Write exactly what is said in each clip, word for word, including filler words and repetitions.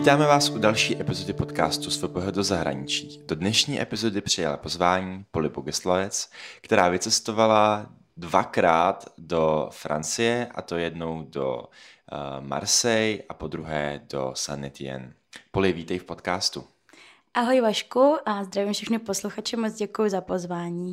Vítáme vás u další epizody podcastu S V P H do zahraničí. Do dnešní epizody přijala pozvání Polly Bogeslavec, která vycestovala dvakrát do Francie, a to jednou do uh, Marseille a po druhé do Saint-Étienne. Polly, vítej v podcastu. Ahoj Vašku a zdravím všechny posluchače, moc děkuji za pozvání. Uh,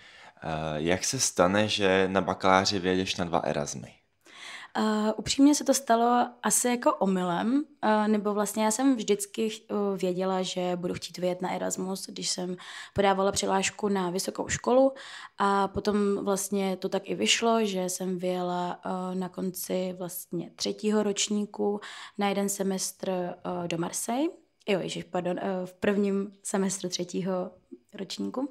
jak se stane, že na bakaláři vyjedeš na dva Erasmy? Uh, upřímně se to stalo asi jako omylem, uh, nebo vlastně já jsem vždycky uh, věděla, že budu chtít vyjet na Erasmus, když jsem podávala přihlášku na vysokou školu a potom vlastně to tak i vyšlo, že jsem vyjela uh, na konci vlastně třetího ročníku na jeden semestr uh, do Marseille, jo, ježiš, pardon, uh, v prvním semestru třetího ročníku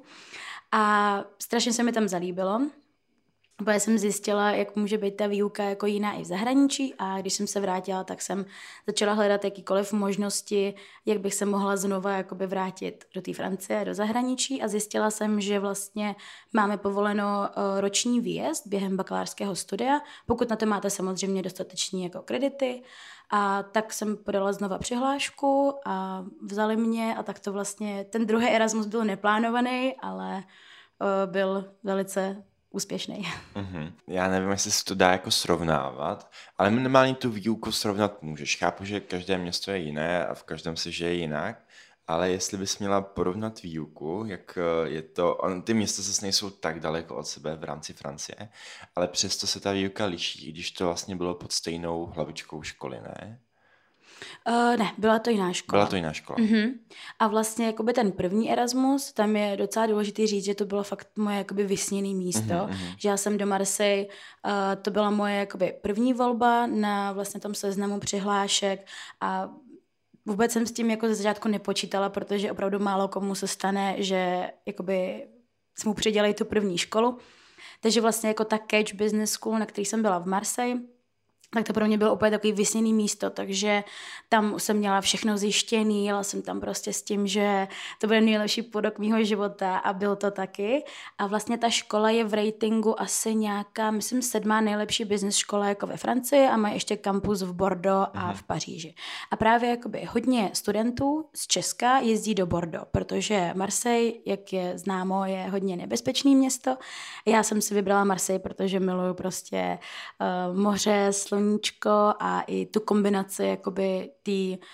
a strašně se mi tam zalíbilo. Protože jsem zjistila, jak může být ta výuka jako jiná i v zahraničí a když jsem se vrátila, tak jsem začala hledat jakýkoliv možnosti, jak bych se mohla znova jakoby vrátit do té Francie, do zahraničí a zjistila jsem, že vlastně máme povoleno roční výjezd během bakalářského studia, pokud na to máte samozřejmě dostatečný jako kredity. A tak jsem podala znova přihlášku a vzali mě a tak to vlastně, ten druhý Erasmus byl neplánovaný, ale byl velice úspěšný. Uh-huh. Já nevím, jestli se to dá jako srovnávat, ale minimálně tu výuku srovnat můžeš. Chápu, že každé město je jiné a v každém se žije jinak, ale jestli bys měla porovnat výuku, jak je to, on, ty města zase nejsou tak daleko od sebe v rámci Francie, ale přesto se ta výuka liší, když to vlastně bylo pod stejnou hlavičkou školy, ne? Uh, ne, byla to jiná škola. Byla to jiná škola. Uh-huh. A vlastně jakoby ten první Erasmus, tam je docela důležitý říct, že to bylo fakt moje jakoby vysněné místo, uh-huh. že já jsem do Marseille, uh, to byla moje jakoby první volba na vlastně tom seznamu přihlášek a vůbec jsem s tím jako ze začátku nepočítala, protože opravdu málo komu se stane, že jakoby jsme mu přidělají tu první školu. Takže vlastně jako ta Catch Business School, na který jsem byla v Marseille, tak to pro mě bylo úplně takový vysněný místo, takže tam jsem měla všechno zjištěný, jela jsem tam prostě s tím, že to bude nejlepší půl mýho života a byl to taky. A vlastně ta škola je v ratingu asi nějaká, myslím, sedmá nejlepší business škola jako ve Francii a má ještě kampus v Bordeaux a mm. v Paříži. A právě jakoby hodně studentů z Česka jezdí do Bordeaux, protože Marseille, jak je známo, je hodně nebezpečné město. Já jsem si vybrala Marseille, protože miluju prostě uh, moře, sluníčko a i tu kombinaci jakoby té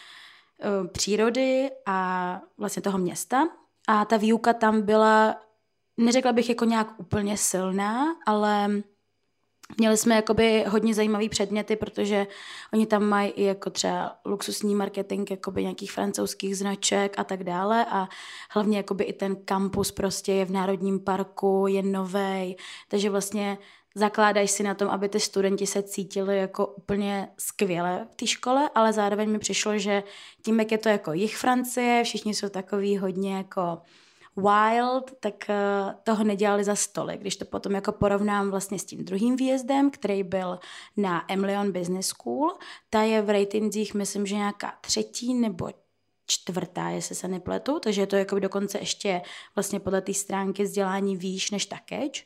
uh, přírody a vlastně toho města. A ta výuka tam byla, neřekla bych jako nějak úplně silná, ale měli jsme jakoby hodně zajímavý předměty, protože oni tam mají i jako třeba luxusní marketing jakoby nějakých francouzských značek a tak dále a hlavně jakoby i ten kampus prostě je v Národním parku, je novej, takže vlastně zakládají si na tom, aby ty studenti se cítili jako úplně skvěle v té škole, ale zároveň mi přišlo, že tím, jak je to jako jih Francie, všichni jsou takový hodně jako wild, tak toho nedělali za stoly. Když to potom jako porovnám vlastně s tím druhým výjezdem, který byl na Emilion Business School, ta je v ratingzích, myslím, že nějaká třetí nebo čtvrtá, jestli se nepletu, takže je to jako dokonce ještě vlastně podle té stránky vzdělání výš než ta Catch.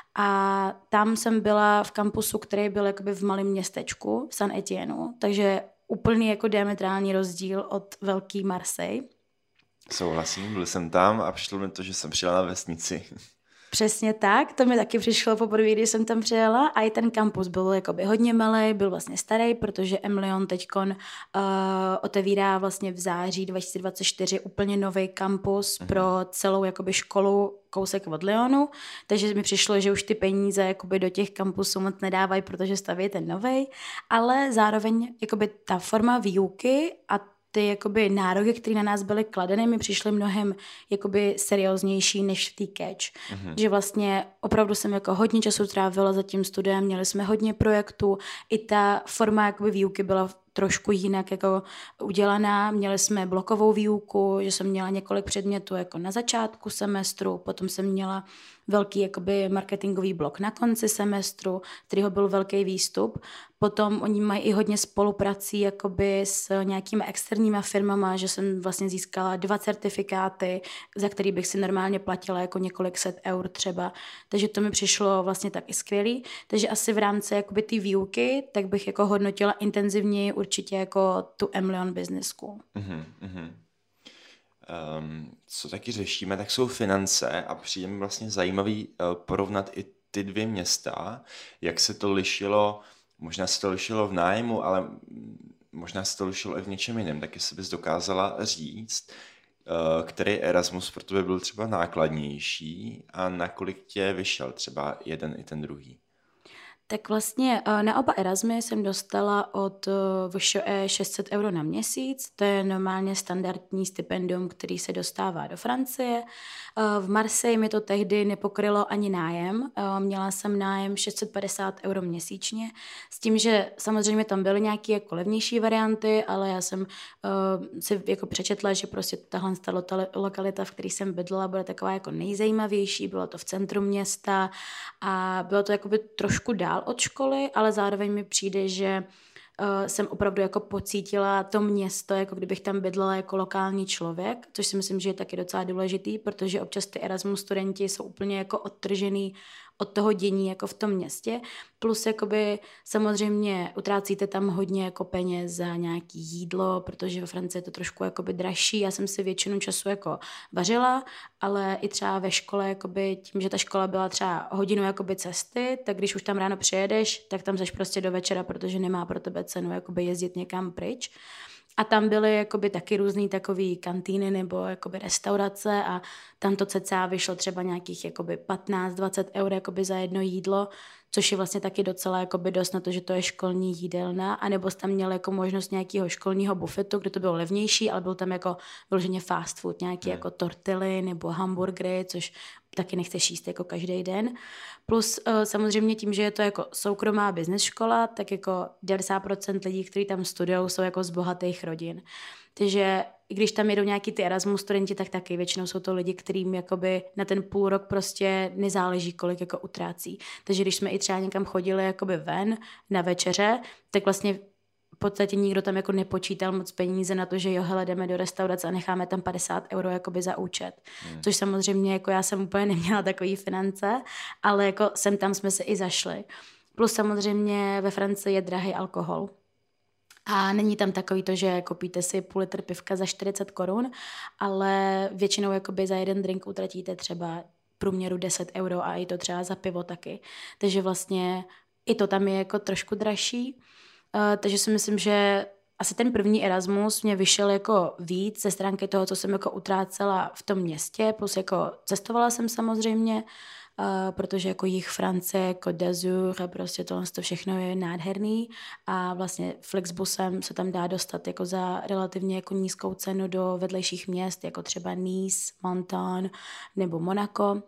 A tam jsem byla v kampusu, který byl jakoby v malém městečku v Saint-Étienne, takže úplný jako diametrální rozdíl od velký Marseille. Souhlasím, byl jsem tam a přišlo mi to, že jsem přijela na vesnici. Přesně tak, to mi taky přišlo poprvé, když jsem tam přijela a i ten kampus byl jakoby hodně malý, byl vlastně starý, protože Emilion teďkon uh, otevírá vlastně v září dva tisíce dvacet čtyři úplně nový kampus uh-huh. pro celou jakoby školu kousek od Lyonu, takže mi přišlo, že už ty peníze jakoby do těch kampusů moc nedávají, protože staví ten novej, ale zároveň jakoby ta forma výuky a ty jakoby nároky, které na nás byly kladeny, mi přišly mnohem jakoby serióznější než v té Catch. Mm-hmm. Že vlastně opravdu jsem jako hodně času trávila za tím studiem, měli jsme hodně projektů, i ta forma jakoby výuky byla trošku jinak jako udělaná. Měli jsme blokovou výuku, že jsem měla několik předmětů jako na začátku semestru, potom jsem měla velký jakoby marketingový blok na konci semestru, kterýho byl velký výstup. Potom oni mají i hodně spoluprací jakoby s nějakými externíma firmama, že jsem vlastně získala dva certifikáty, za který bych si normálně platila jako několik set eur třeba. Takže to mi přišlo vlastně taky skvělý. Takže asi v rámci jakoby té výuky, tak bych jako hodnotila intenzivněji určitě jako tu Emily on Business School. Mhm, mhm. Um, co taky řešíme, tak jsou finance a přijde mi vlastně zajímavý uh, porovnat i ty dvě města, jak se to lišilo, možná se to lišilo v nájmu, ale mm, možná se to lišilo i v něčem jiném, tak jestli bys dokázala říct, uh, který Erasmus pro tebe byl třeba nákladnější a nakolik tě vyšel třeba jeden i ten druhý. Tak vlastně na oba Erasmy jsem dostala od V Š E šest set euro na měsíc, to je normálně standardní stipendium, který se dostává do Francie. V Marseille mi to tehdy nepokrylo ani nájem, měla jsem nájem šest set padesát euro měsíčně, s tím, že samozřejmě tam byly nějaké jako levnější varianty, ale já jsem uh, si jako přečetla, že prostě tahle lokalita, v které jsem bydlela, bude taková jako nejzajímavější, bylo to v centru města a bylo to jakoby trošku dál od školy, ale zároveň mi přijde, že uh, jsem opravdu jako pocítila to město, jako kdybych tam bydlela jako lokální člověk, což si myslím, že je taky docela důležitý, protože občas ty Erasmus studenti jsou úplně jako odtržený od toho dění jako v tom městě, plus jakoby samozřejmě utrácíte tam hodně jako peněz za nějaký jídlo, protože ve Francii je to trošku jakoby dražší, já jsem si většinu času jako vařila, ale i třeba ve škole, jakoby tím, že ta škola byla třeba hodinu jakoby cesty, tak když už tam ráno přijedeš, tak tam seš prostě do večera, protože nemá pro tebe cenu jakoby jezdit někam pryč. A tam byly jakoby taky různý takový kantýny nebo jakoby restaurace a tam to cca vyšlo třeba nějakých jakoby patnáct dvacet eur jakoby za jedno jídlo, což je vlastně taky docela jakoby dost na to, že to je školní jídelna, anebo jsi tam měl jako možnost nějakého školního bufetu, kde to bylo levnější, ale byl tam jako vyloženě fast food, nějaké jako tortily nebo hamburgery, což taky nechceš jíst jako každý den. Plus uh, samozřejmě tím, že je to jako soukromá business škola, tak jako devadesát procent lidí, kteří tam studují, jsou jako z bohatých rodin. Takže i když tam jedou nějaký ty Erasmus studenti, tak taky většinou jsou to lidi, kterým jakoby na ten půl rok prostě nezáleží, kolik jako utrácí. Takže když jsme i třeba někam chodili jakoby ven na večeře, tak vlastně v podstatě nikdo tam jako nepočítal moc peníze na to, že jo, hele, jdeme do restaurace a necháme tam padesát euro jakoby za účet. Hmm. Což samozřejmě jako já jsem úplně neměla takový finance, ale jako sem tam jsme se i zašli. Plus samozřejmě ve Francii je drahý alkohol. A není tam takový to, že koupíte si půl litr pivka za čtyřicet korun, ale většinou jakoby za jeden drink utratíte třeba průměru deset euro a i to třeba za pivo taky. Takže vlastně i to tam je jako trošku dražší. Uh, takže si myslím, že asi ten první Erasmus mě vyšel jako víc ze stránky toho, co jsem jako utrácela v tom městě, plus jako cestovala jsem samozřejmě, uh, protože jako jich Francie, Côte d'Azur a prostě tohle to všechno je nádherný a vlastně Flixbusem se tam dá dostat jako za relativně jako nízkou cenu do vedlejších měst, jako třeba Nice, Menton nebo Monaco.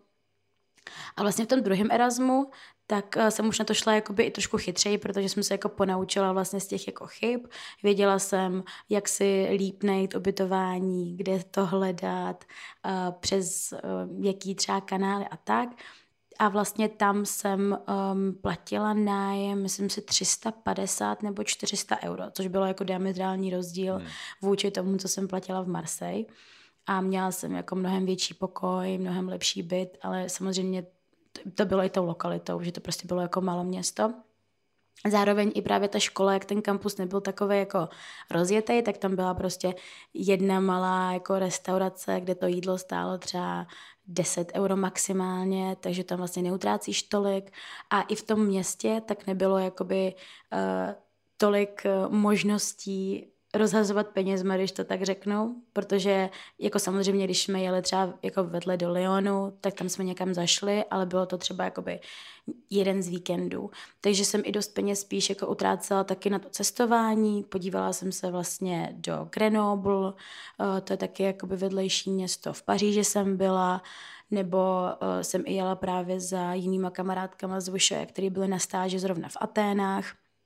A vlastně v tom druhém Erasmu tak jsem už na to šla jakoby i trošku chytřeji, protože jsem se jako ponaučila vlastně z těch jako chyb. Věděla jsem, jak si líp najít ubytování, kde to hledat, přes jaký třeba kanály a tak. A vlastně tam jsem um, platila nájem, myslím si tři sta padesát nebo čtyři sta euro, což bylo jako diametrální rozdíl hmm. vůči tomu, co jsem platila v Marseille. A měla jsem jako mnohem větší pokoj, mnohem lepší byt, ale samozřejmě to bylo i tou lokalitou, že to prostě bylo jako malo město. Zároveň i právě ta škola, jak ten kampus nebyl takový jako rozjetý, tak tam byla prostě jedna malá jako restaurace, kde to jídlo stálo třeba deset euro maximálně, takže tam vlastně neutrácíš tolik. A i v tom městě tak nebylo jakoby uh, tolik uh, možností rozhazovat penězma, když to tak řeknu, protože jako samozřejmě, když jsme jeli třeba jako vedle do Lyonu, tak tam jsme někam zašli, ale bylo to třeba jakoby jeden z víkendů. Takže jsem i dost peněz spíš jako utrácela taky na to cestování, podívala jsem se vlastně do Grenoble, to je taky jakoby vedlejší město, v Paříži jsem byla, nebo uh, jsem i jela právě za jinýma kamarádkama z V Š E, který byli na stáži zrovna v Aténách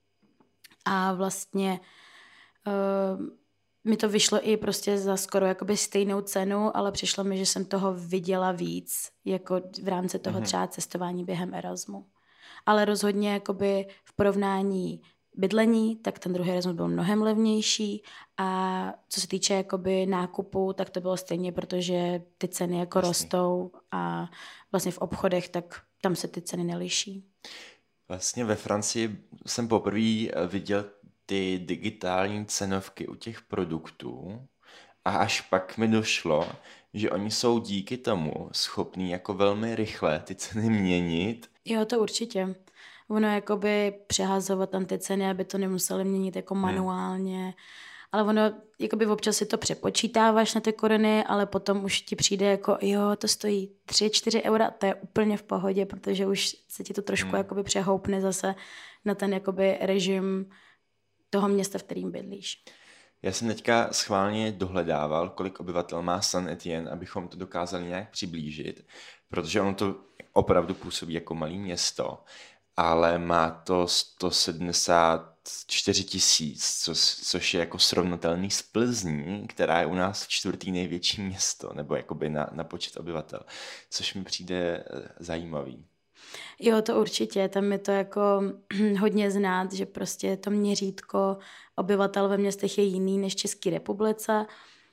a vlastně Uh, mi to vyšlo i prostě za skoro jakoby stejnou cenu, ale přišlo mi, že jsem toho viděla víc, jako v rámci toho třeba cestování během Erasmu. Ale rozhodně jakoby v porovnání bydlení, tak ten druhý Erasmus byl mnohem levnější a co se týče jakoby nákupu, tak to bylo stejně, protože ty ceny jako Jasný. rostou a vlastně v obchodech, tak tam se ty ceny neliší. Vlastně ve Francii jsem poprvé viděl ty digitální cenovky u těch produktů a až pak mi došlo, že oni jsou díky tomu schopní jako velmi rychle ty ceny měnit. Jo, to určitě. Ono jakoby přehazovat tam ty ceny, aby to nemuseli měnit jako manuálně. Hmm. Ale ono, jakoby občas si to přepočítáváš na ty koruny, ale potom už ti přijde jako, jo, to stojí tři čtyři eura, to je úplně v pohodě, protože už se ti to trošku hmm. jakoby přehoupne zase na ten jakoby režim toho města, v kterým bydlíš. Já jsem teďka schválně dohledával, kolik obyvatel má Saint-Étienne, abychom to dokázali nějak přiblížit, protože ono to opravdu působí jako malé město, ale má to sto sedmdesát čtyři tisíc, co, což je jako srovnatelný s Plzní, která je u nás čtvrtý největší město, nebo jakoby na, na počet obyvatel, což mi přijde zajímavý. Jo, to určitě, tam je to jako hodně znát, že prostě to měřítko obyvatel ve městech je jiný než v České republice,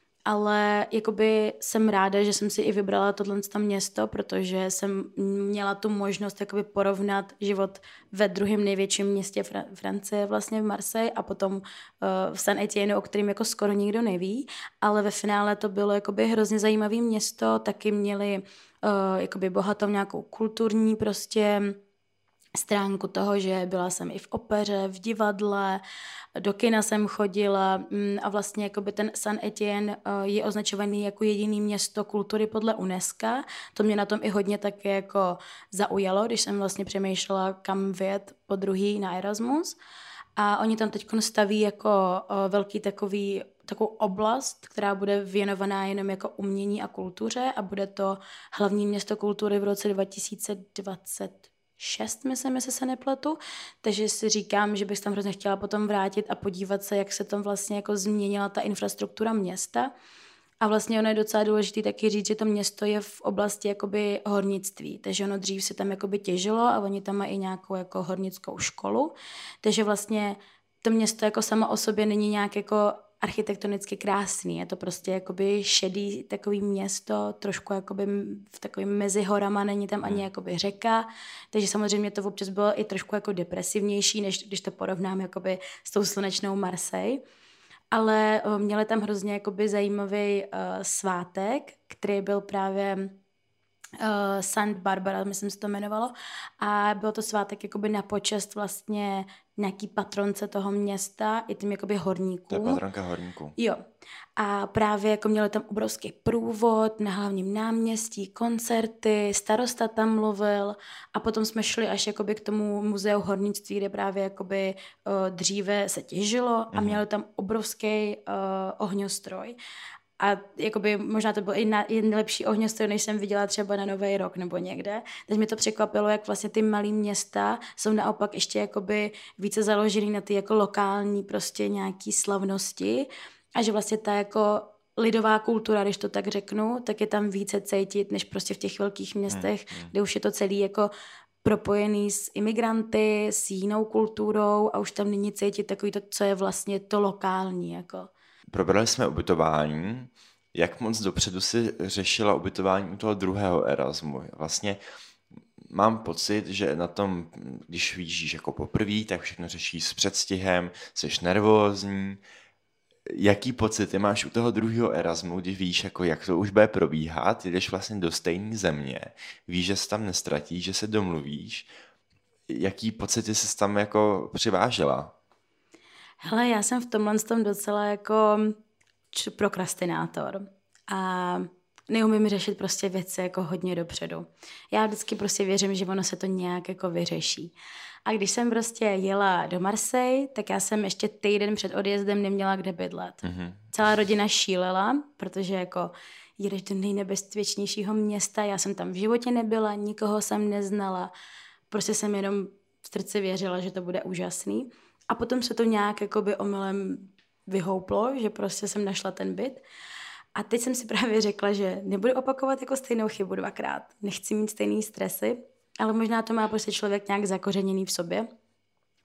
ale jakoby jsem ráda, že jsem si i vybrala tohle město, protože jsem měla tu možnost jakoby porovnat život ve druhém největším městě Fran- Francie, vlastně v Marseille a potom uh, v Saint-Étienne, o kterém jako skoro nikdo neví, ale ve finále to bylo jakoby hrozně zajímavé město, taky měli uh, jakoby bohatou nějakou kulturní prostě stránku toho, že byla jsem i v opeře, v divadle, do kina jsem chodila a vlastně jakoby ten Saint-Étienne je označovaný jako jediný město kultury podle UNESCO. To mě na tom i hodně taky jako zaujalo, když jsem vlastně přemýšlela, kam vyjet po druhý na Erasmus. A oni tam teď staví jako velký takový takovou oblast, která bude věnovaná jenom jako umění a kultuře a bude to hlavní město kultury v roce dva tisíce dvacet šest, myslím, jestli se nepletu, takže si říkám, že bych tam hrozně chtěla potom vrátit a podívat se, jak se tam vlastně jako změnila ta infrastruktura města. A vlastně ono je docela důležité taky říct, že to město je v oblasti jakoby hornictví, takže ono dřív se tam jakoby těžilo a oni tam mají i nějakou jako hornickou školu, takže vlastně to město jako samo o sobě není nějak jako architektonicky krásný, je to prostě jakoby šedý takový město, trošku jakoby v takovým mezi horama, není tam ani jakoby řeka, takže samozřejmě to občas bylo i trošku jako depresivnější, než když to porovnám jakoby s tou slunečnou Marseille. Ale uh, měli tam hrozně jakoby zajímavý uh, svátek, který byl právě uh, Saint Barbara, myslím, se to jmenovalo, a byl to svátek jakoby na počest vlastně nějaký patronce toho města i tím jakoby horníků. To je patronka horníků. Jo. A právě jako měli tam obrovský průvod na hlavním náměstí, koncerty, starosta tam mluvil a potom jsme šli až jakoby k tomu muzeu hornictví, kde právě jakoby uh, dříve se těžilo a měli tam obrovský uh, ohňostroj. A jakoby možná to byl i na, i lepší ohňostroj, než jsem viděla třeba na Nový rok nebo někde. Takže mi to překvapilo, jak vlastně ty malý města jsou naopak ještě jakoby více založený na ty jako lokální prostě nějaký slavnosti a že vlastně ta jako lidová kultura, když to tak řeknu, tak je tam více cítit, než prostě v těch velkých městech, hmm, hmm. kde už je to celý jako propojený s imigranty, s jinou kulturou a už tam není cítit takový to, co je vlastně to lokální jako. Probrali jsme ubytování. Jak moc dopředu si řešila ubytování u toho druhého Erasmu? Vlastně mám pocit, že na tom, když vyjíždíš jako poprvé, tak všechno řešíš s předstihem, jsi nervózní. Jaký pocity máš u toho druhého Erasmu, když víš, jako jak to už bude probíhat, jdeš vlastně do stejné země, víš, že se tam nestratíš, že se domluvíš. Jaký pocity jsi tam jako přivážela? Hele, já jsem v tomhle tom docela jako č- prokrastinátor a neumím řešit prostě věci jako hodně dopředu. Já vždycky prostě věřím, že ono se to nějak jako vyřeší. A když jsem prostě jela do Marseille, tak já jsem ještě týden před odjezdem neměla kde bydlet. Mm-hmm. Celá rodina šílela, protože jako jedeš do nejnebezpečnějšího města, já jsem tam v životě nebyla, nikoho jsem neznala, prostě jsem jenom v srdci věřila, že to bude úžasný. A potom se to nějak jakoby omylem vyhouplo, že prostě jsem našla ten byt. A teď jsem si právě řekla, že nebudu opakovat jako stejnou chybu dvakrát. Nechci mít stejný stresy, ale možná to má prostě člověk nějak zakořeněný v sobě,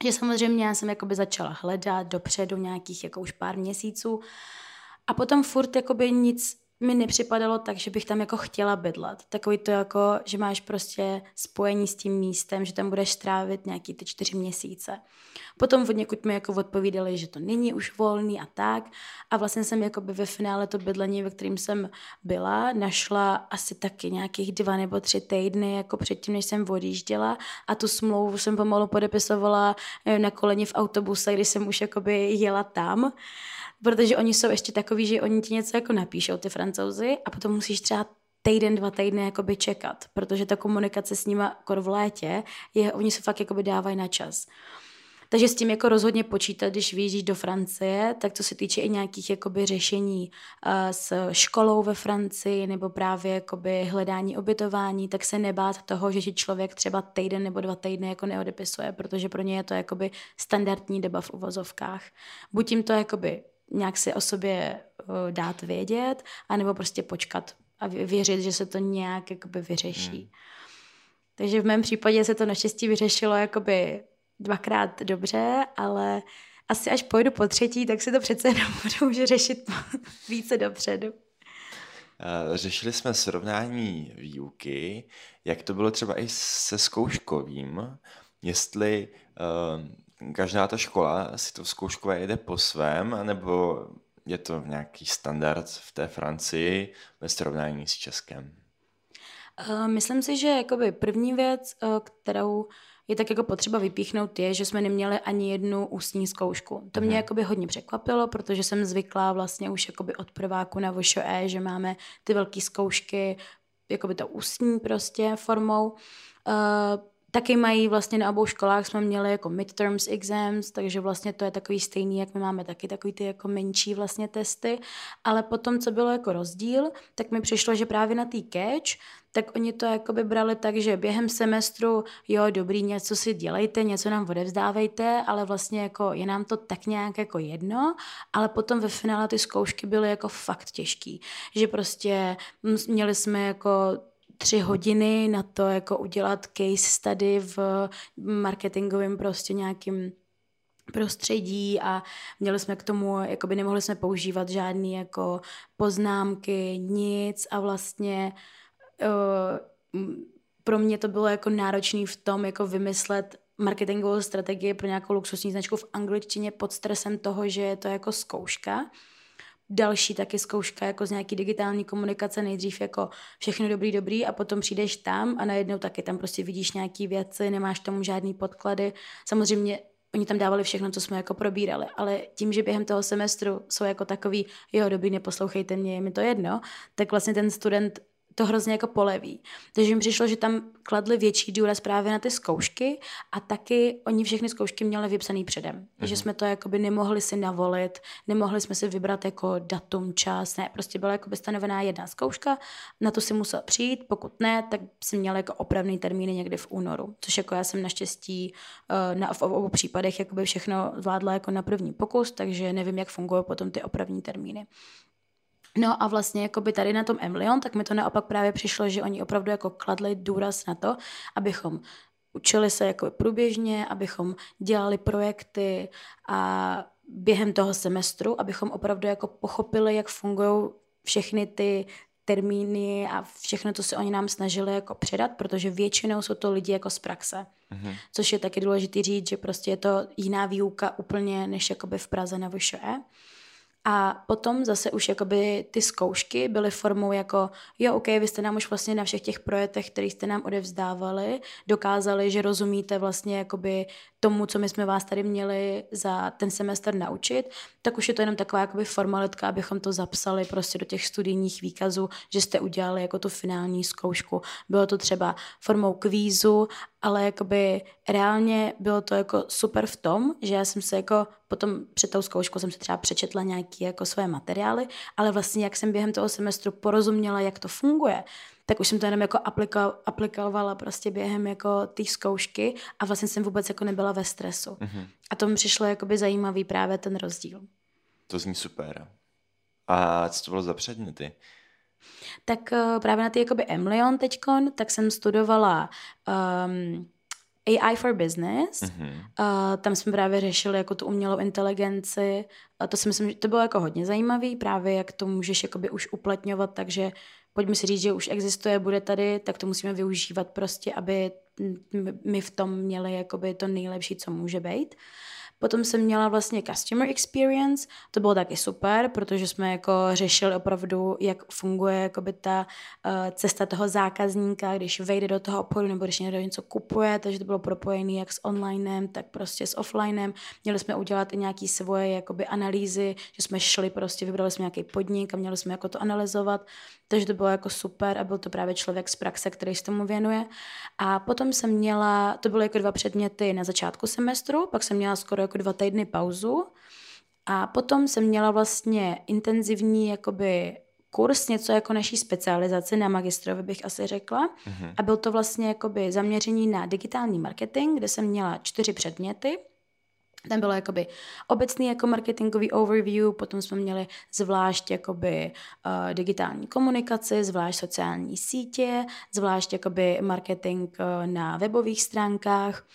Že samozřejmě já jsem jakoby začala hledat dopředu nějakých jako už pár měsíců a potom furt jakoby nic mi nepřipadalo tak, že bych tam jako chtěla bydlet. Takový to jako, že máš prostě spojení s tím místem, že tam budeš strávit nějaký ty čtyři měsíce. Potom od někud mi jako odpovídali, že to není už volný a tak. A vlastně jsem jakoby ve finále to bydlení, ve kterým jsem byla, našla asi taky nějakých dva nebo tři týdny jako předtím, než jsem odjížděla a tu smlouvu jsem pomalu podepisovala na koleni v autobuse, když jsem už jakoby jela tam. Protože oni jsou ještě takový, že oni ti něco jako napíšou, ty Francouzi, a potom musíš třeba týden, dva týdny jakoby čekat, protože ta komunikace s nima jako v létě, je, oni se fakt jakoby dávají na čas. Takže s tím jako rozhodně počítat, když vyjíždíš do Francie, tak to se týče i nějakých jakoby řešení uh, s školou ve Francii nebo právě jakoby hledání ubytování, tak se nebát toho, že ti člověk třeba týden nebo dva týdny jako neodepisuje, protože pro ně je to jakoby standardní doba v uvozovkách. Buď jim to jakoby nějak si o sobě uh, dát vědět, anebo prostě počkat a věřit, že se to nějak jakoby vyřeší. Hmm. Takže v mém případě se to naštěstí vyřešilo jakoby dvakrát dobře, ale asi až pojdu po třetí, tak si to přece jenom budu řešit více dopředu. Řešili jsme srovnání výuky, jak to bylo třeba i se zkouškovým, jestli uh, každá ta škola si to zkouškové jede po svém, nebo je to nějaký standard v té Francii ve srovnání s Českem? Uh, myslím si, že jakoby první věc, uh, kterou je tak jako potřeba vypíchnout, je, že jsme neměli ani jednu ústní zkoušku. To mě mm. jakoby hodně překvapilo, protože jsem zvyklá vlastně už jakoby od prváku na V Š E, že máme ty velké zkoušky, jakoby to ústní prostě formou. Uh, taky mají vlastně na obou školách jsme měli jako midterms exams, takže vlastně to je takový stejný, jak my máme taky takový ty jako menší vlastně testy. Ale potom, co bylo jako rozdíl, tak mi přišlo, že právě na té catch, tak oni to jakoby brali tak, že během semestru, jo, dobrý, něco si dělejte, něco nám odevzdávejte, ale vlastně jako je nám to tak nějak jako jedno, ale potom ve finále ty zkoušky byly jako fakt těžký, že prostě měli jsme jako tři hodiny na to jako udělat case study v marketingovém prostě nějakým prostředí a měli jsme k tomu, jakoby nemohli jsme používat žádný jako poznámky, nic a vlastně uh, pro mě to bylo jako náročný v tom jako vymyslet marketingovou strategii pro nějakou luxusní značku v angličtině pod stresem toho, že je to jako zkouška. Další taky zkouška jako z nějaký digitální komunikace, nejdřív jako všechno dobrý, dobrý a potom přijdeš tam a najednou taky tam prostě vidíš nějaký věci, nemáš tomu žádný podklady. Samozřejmě oni tam dávali všechno, co jsme jako probírali, ale tím, že během toho semestru jsou jako takový, jo, dobrý, neposlouchejte mě, je mi to jedno, tak vlastně ten student to hrozně jako poleví. Takže jim přišlo, že tam kladli větší důraz právě na ty zkoušky a taky oni všechny zkoušky měli vypsaný předem. Mm-hmm. Že jsme to jakoby nemohli si navolit, nemohli jsme si vybrat jako datum, čas, ne, prostě byla jakoby stanovená jedna zkouška, na to si musel přijít, pokud ne, tak si měl jako opravný termíny někdy v únoru, což jako já jsem naštěstí na, v obou případech jakoby všechno zvládla jako na první pokus, takže nevím, jak fungují potom ty opravní termíny. No a vlastně jakoby tady na tom Emlyon, tak mi to naopak právě přišlo, že oni opravdu jako kladli důraz na to, abychom učili se jako průběžně, abychom dělali projekty a během toho semestru, abychom opravdu jako pochopili, jak fungují všechny ty termíny a všechno, co se oni nám snažili jako předat, protože většinou jsou to lidi jako z praxe. Mm-hmm. Což je taky důležité říct, že prostě je to jiná výuka úplně než jakoby v Praze na V Š E. A potom zase už jakoby ty zkoušky byly formou jako, jo, ok, vy jste nám už vlastně na všech těch projektech, které jste nám odevzdávali, dokázali, že rozumíte vlastně jakoby tomu, co my jsme vás tady měli za ten semestr naučit, tak už je to jenom taková jakoby formalitka, abychom to zapsali prostě do těch studijních výkazů, že jste udělali jako tu finální zkoušku. Bylo to třeba formou kvízu, ale jakoby reálně bylo to jako super v tom, že já jsem se jako potom před tou zkouškou jsem se třeba přečetla nějaké jako své materiály, ale vlastně jak jsem během toho semestru porozuměla, jak to funguje, tak už jsem to jenom jako apliko- aplikovala prostě během jako té zkoušky a vlastně jsem vůbec jako nebyla ve stresu. Mm-hmm. A to mi přišlo jakoby zajímavý právě ten rozdíl. To zní super. A co to bylo za předměty? Tak uh, právě na ty jakoby Emlyon teďkon, tak jsem studovala um, A I for Business. Mm-hmm. Uh, tam jsme právě řešili jako tu umělou inteligenci. A to si myslím, že to bylo jako hodně zajímavý, právě jak to můžeš jakoby už uplatňovat, takže pojďme si říct, že už existuje, bude tady, tak to musíme využívat prostě, aby my v tom měli jakoby to nejlepší, co může být. Potom jsem měla vlastně customer experience, to bylo taky super, protože jsme jako řešili opravdu, jak funguje jakoby ta uh, cesta toho zákazníka, když vejde do toho obchodu nebo když někdo něco kupuje, takže to bylo propojené jak s onlinem, tak prostě s offlinem. Měli jsme udělat i nějaké svoje jakoby analýzy, že jsme šli prostě, vybrali jsme nějaký podnik a měli jsme jako to analyzovat, takže to bylo jako super a byl to právě člověk z praxe, který se tomu věnuje. A potom jsem měla, to byly jako dva předměty na začátku semestru, pak jsem měla skoro jako dva týdny pauzu a potom jsem měla vlastně intenzivní jakoby kurz, něco jako naší specializaci na magistrovi bych asi řekla. Mm-hmm. A byl to vlastně jakoby zaměření na digitální marketing, kde jsem měla čtyři předměty. Tam bylo jakoby obecný jako marketingový overview, potom jsme měli zvlášť jakoby uh, digitální komunikaci, zvlášť sociální sítě, zvlášť jakoby marketing uh, na webových stránkách.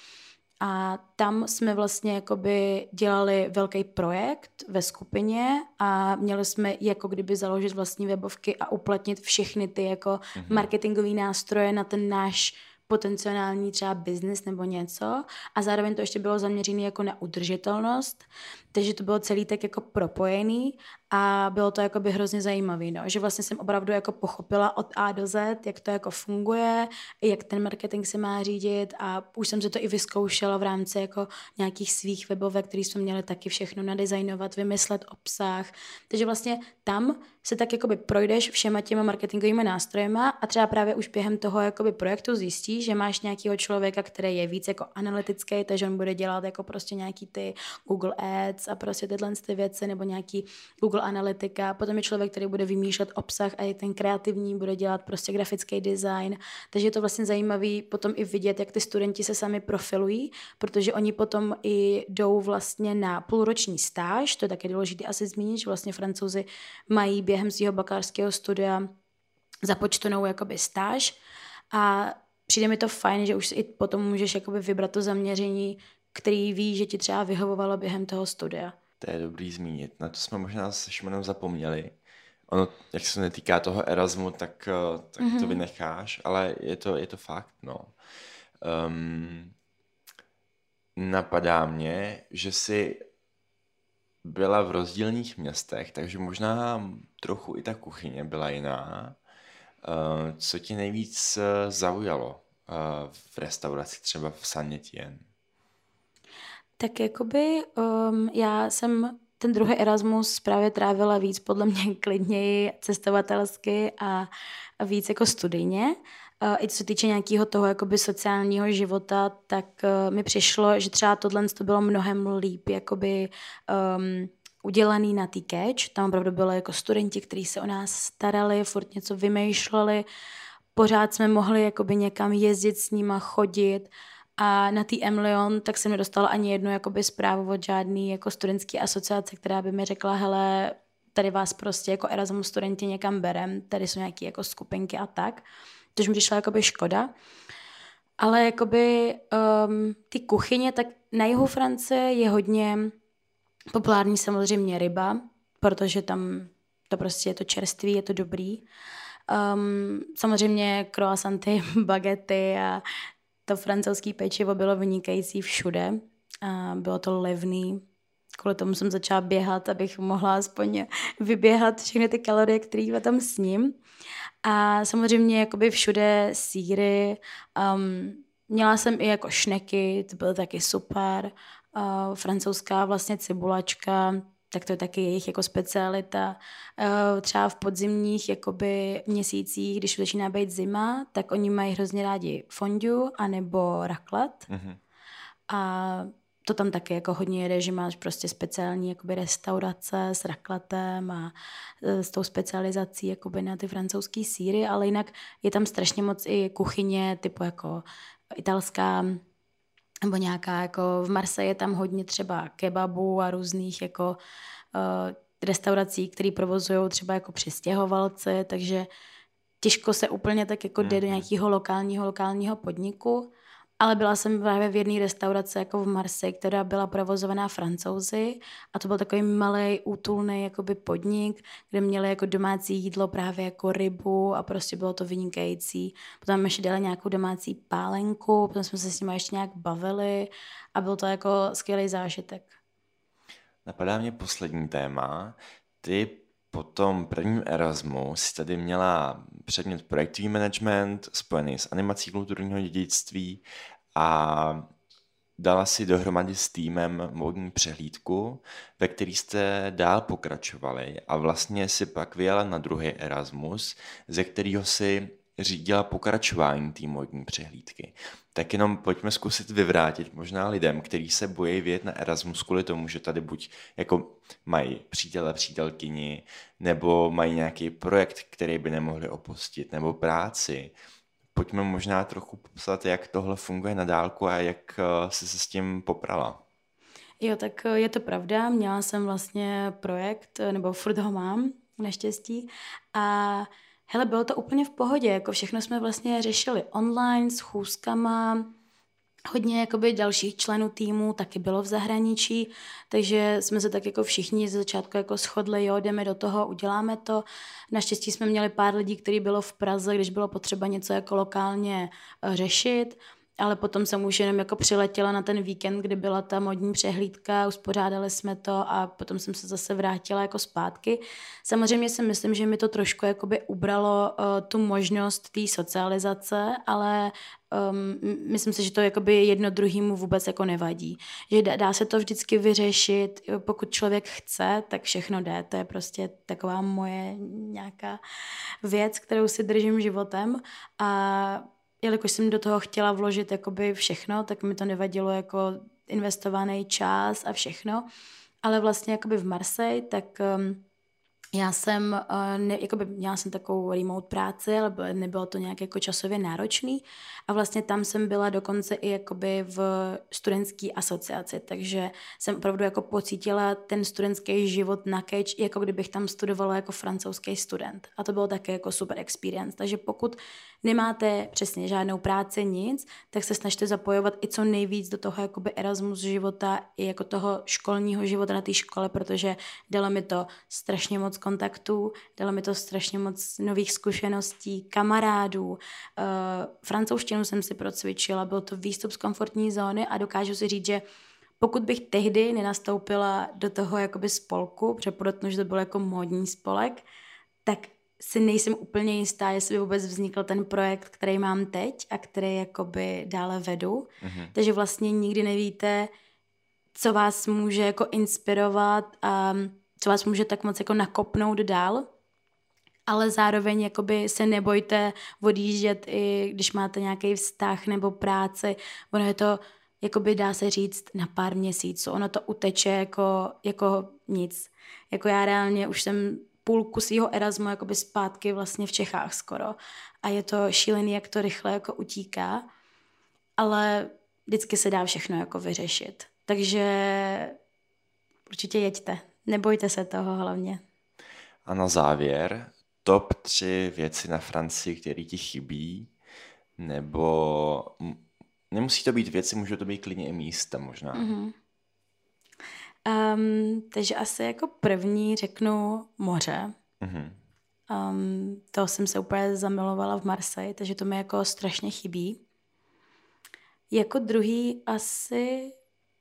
A tam jsme vlastně jakoby dělali velký projekt ve skupině a měli jsme jako kdyby založit vlastní webovky a uplatnit všechny ty jako mm-hmm. marketingové nástroje na ten náš potenciální třeba business nebo něco a zároveň to ještě bylo zaměřené jako na udržitelnost, takže to bylo celý tak jako propojený a bylo to jakoby hrozně zajímavý, no, že vlastně jsem opravdu jako pochopila od A do Z, jak to jako funguje, jak ten marketing se má řídit a už jsem se to i vyzkoušela v rámci jako nějakých svých webovek, které jsme měli taky všechno nadizajnovat, vymyslet obsah, takže vlastně tam se tak jakoby projdeš všema těma marketingovými nástrojema a třeba právě už během toho jakoby projektu zjistíš, že máš nějakého člověka, který je víc jako analytický, takže on bude dělat jako prostě nějaký ty Google Ads a prostě tyhle ty věci nebo nějaký Google Analytika. Potom je člověk, který bude vymýšlet obsah a je ten kreativní, bude dělat prostě grafický design. Takže je to vlastně zajímavý potom i vidět, jak ty studenti se sami profilují, protože oni potom i jdou vlastně na půlroční stáž, to je taky důležité asi zmínit, že vlastně Francouzi mají během svého bakalářského studia započtenou jakoby stáž a přijde mi to fajn, že už si i potom můžeš jakoby vybrat to zaměření, který ví, že ti třeba vyhovovalo během toho studia. To je dobrý zmínit. Na to jsme možná se Šimonem zapomněli. Ono, jak se netýká toho Erasmu, tak, tak mm-hmm. to vynecháš, ale je to, je to fakt, no. Um, napadá mě, že jsi byla v rozdílných městech, takže možná trochu i ta kuchyně byla jiná. Uh, co tě nejvíc zaujalo uh, v restauraci, třeba v Saint Etienne? Tak jakoby um, já jsem ten druhý Erasmus právě trávila víc podle mě klidněji cestovatelsky a, a víc jako studijně. Uh, I co se týče nějakého toho jakoby sociálního života, tak uh, mi přišlo, že třeba tohle to bylo mnohem líp jakoby um, udělaný na té Catch. Tam opravdu bylo jako studenti, kteří se o nás starali, furt něco vymýšleli. Pořád jsme mohli jakoby někam jezdit s nima, chodit. A na té M Lyon tak jsem nedostala ani jednu jakoby zprávu od žádný jako studentské asociace, která by mi řekla, hele, tady vás prostě jako Erasmus studenti někam berem, tady jsou nějaké jako skupinky a tak. Tož mi přišla jakoby škoda. Ale jakoby um, ty kuchyně, tak na jihu Francie je hodně populární samozřejmě ryba, protože tam to prostě je to čerství, je to dobrý. Um, samozřejmě croissanty, bagety a to francouzské pečivo bylo vynikající všude. A bylo to levný. Kvůli tomu jsem začala běhat, abych mohla aspoň vyběhat všechny ty kalorie, které tam sním. A samozřejmě jakoby všude sýry. Um, měla jsem i jako šneky, to bylo taky super. Uh, francouzská vlastně cibulačka, tak to je taky jejich jako specialita. Uh, třeba v podzimních jakoby měsících, když začíná být zima, tak oni mají hrozně rádi fondue anebo raclette. Mm-hmm. A to tam taky jako hodně jede, že máš prostě speciální jakoby restaurace s racletem a s tou specializací jakoby na ty francouzský sýry, ale jinak je tam strašně moc i kuchyně typu jako italská nebo nějaká jako v Marseille je tam hodně třeba kebabů a různých jako uh, restaurací, které provozují třeba jako přistěhovalci, takže těžko se úplně tak jako jde do nějakého lokálního lokálního podniku, ale byla jsem právě v jedné restauraci jako v Marseille, která byla provozovaná Francouzi a to byl takový malý útulný jakoby podnik, kde měli jako domácí jídlo právě jako rybu a prostě bylo to vynikající. Potom ještě dali nějakou domácí pálenku, potom jsme se s nimi ještě nějak bavili a byl to jako skvělý zážitek. Napadá mě poslední téma. Ty po tom prvním Erasmu si tady měla předmět projektový management spojený s animací kulturního dědictví a dala si dohromady s týmem módní přehlídku, ve který jste dál pokračovali a vlastně si pak vyjela na druhý Erasmus, ze kterého si řídila pokračování té módní přehlídky. Tak jenom pojďme zkusit vyvrátit možná lidem, kteří se bojí vyjet na Erasmus kvůli tomu, že tady buď jako mají přítele, přítelkyni, nebo mají nějaký projekt, který by nemohli opustit, nebo práci. Pojďme možná trochu popsat, jak tohle funguje na dálku a jak jsi se s tím poprala. Jo, tak je to pravda. Měla jsem vlastně projekt, nebo furt ho mám, naštěstí. A hele, bylo to úplně v pohodě, jako všechno jsme vlastně řešili online, s schůzkama, hodně jakoby dalších členů týmu taky bylo v zahraničí, takže jsme se tak jako všichni ze začátku jako shodli, jo, jdeme do toho, uděláme to. Naštěstí jsme měli pár lidí, kteří bylo v Praze, když bylo potřeba něco jako lokálně řešit, ale potom jsem už jenom jako přiletěla na ten víkend, kdy byla ta modní přehlídka, uspořádali jsme to a potom jsem se zase vrátila jako zpátky. Samozřejmě si myslím, že mi to trošku jakoby ubralo uh, tu možnost té socializace, ale um, myslím si, že to jakoby jedno druhýmu vůbec jako nevadí. Že dá, dá se to vždycky vyřešit, pokud člověk chce, tak všechno jde. To je prostě taková moje nějaká věc, kterou si držím životem a jelikož jsem do toho chtěla vložit jakoby všechno, tak mi to nevadilo jako investovaný čas a všechno. Ale vlastně jakoby v Marseille, tak um, já jsem, uh, ne, jakoby měla jsem takovou remote práci, ale nebylo to nějak jako časově náročný. A vlastně tam jsem byla dokonce i jakoby v studentské asociaci, takže jsem opravdu jako pocítila ten studentský život na keč, jako kdybych tam studovala jako francouzský student. A to bylo také jako super experience. Takže pokud nemáte přesně žádnou práci, nic, tak se snažte zapojovat i co nejvíc do toho jakoby Erasmus života i jako toho školního života na té škole, protože dalo mi to strašně moc kontaktů, dalo mi to strašně moc nových zkušeností, kamarádů. Uh, francouzštinu jsem si procvičila, byl to výstup z komfortní zóny a dokážu si říct, že pokud bych tehdy nenastoupila do toho jakoby spolku, protože podotknu, že to byl jako módní spolek, tak si nejsem úplně jistá, jestli by vůbec vznikl ten projekt, který mám teď a který jakoby dále vedu. Mm-hmm. Takže vlastně nikdy nevíte, co vás může jako inspirovat a co vás může tak moc jako nakopnout dál. Ale zároveň jakoby se nebojte odjíždět, i když máte nějaký vztah nebo práci. Ono je to, jakoby dá se říct, na pár měsíců. Ono to uteče jako, jako nic. Jako já reálně už jsem půlku svýho Erasmu jakoby zpátky vlastně v Čechách skoro. A je to šílený, jak to rychle jako utíká. Ale vždycky se dá všechno jako vyřešit. Takže určitě jeďte. Nebojte se toho hlavně. A na závěr, top tři věci na Francii, které ti chybí, nebo nemusí to být věci, může to být klidně i místa možná. Mm-hmm. Um, takže asi jako první řeknu moře. Mm-hmm. Um, to jsem se úplně zamilovala v Marseille, takže to mi jako strašně chybí. Jako druhý asi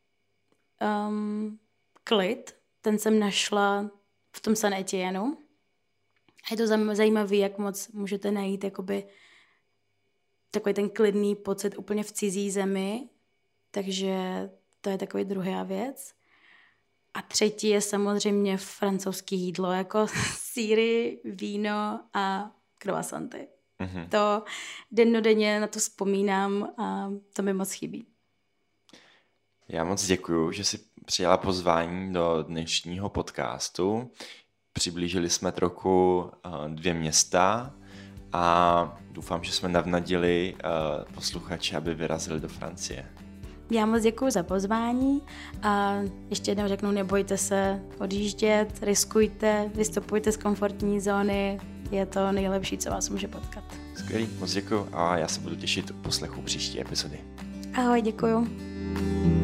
um, klid. Ten jsem našla v tom Saint Etienne. A je to zajímavé, jak moc můžete najít jakoby takový ten klidný pocit úplně v cizí zemi. Takže to je takový druhá věc. A třetí je samozřejmě francouzské jídlo, jako sýry, víno a croissanty. Mm-hmm. To dennodenně na to vzpomínám a to mi moc chybí. Já moc děkuju, že jsi přijala pozvání do dnešního podcastu. Přiblížili jsme trochu dvě města a doufám, že jsme navnadili posluchače, aby vyrazili do Francie. Já moc děkuju za pozvání a ještě jednou řeknu, nebojte se odjíždět, riskujte, vystupujte z komfortní zóny, je to nejlepší, co vás může potkat. Skvělý, moc děkuju a já se budu těšit u poslechu příští epizody. Ahoj, děkuju.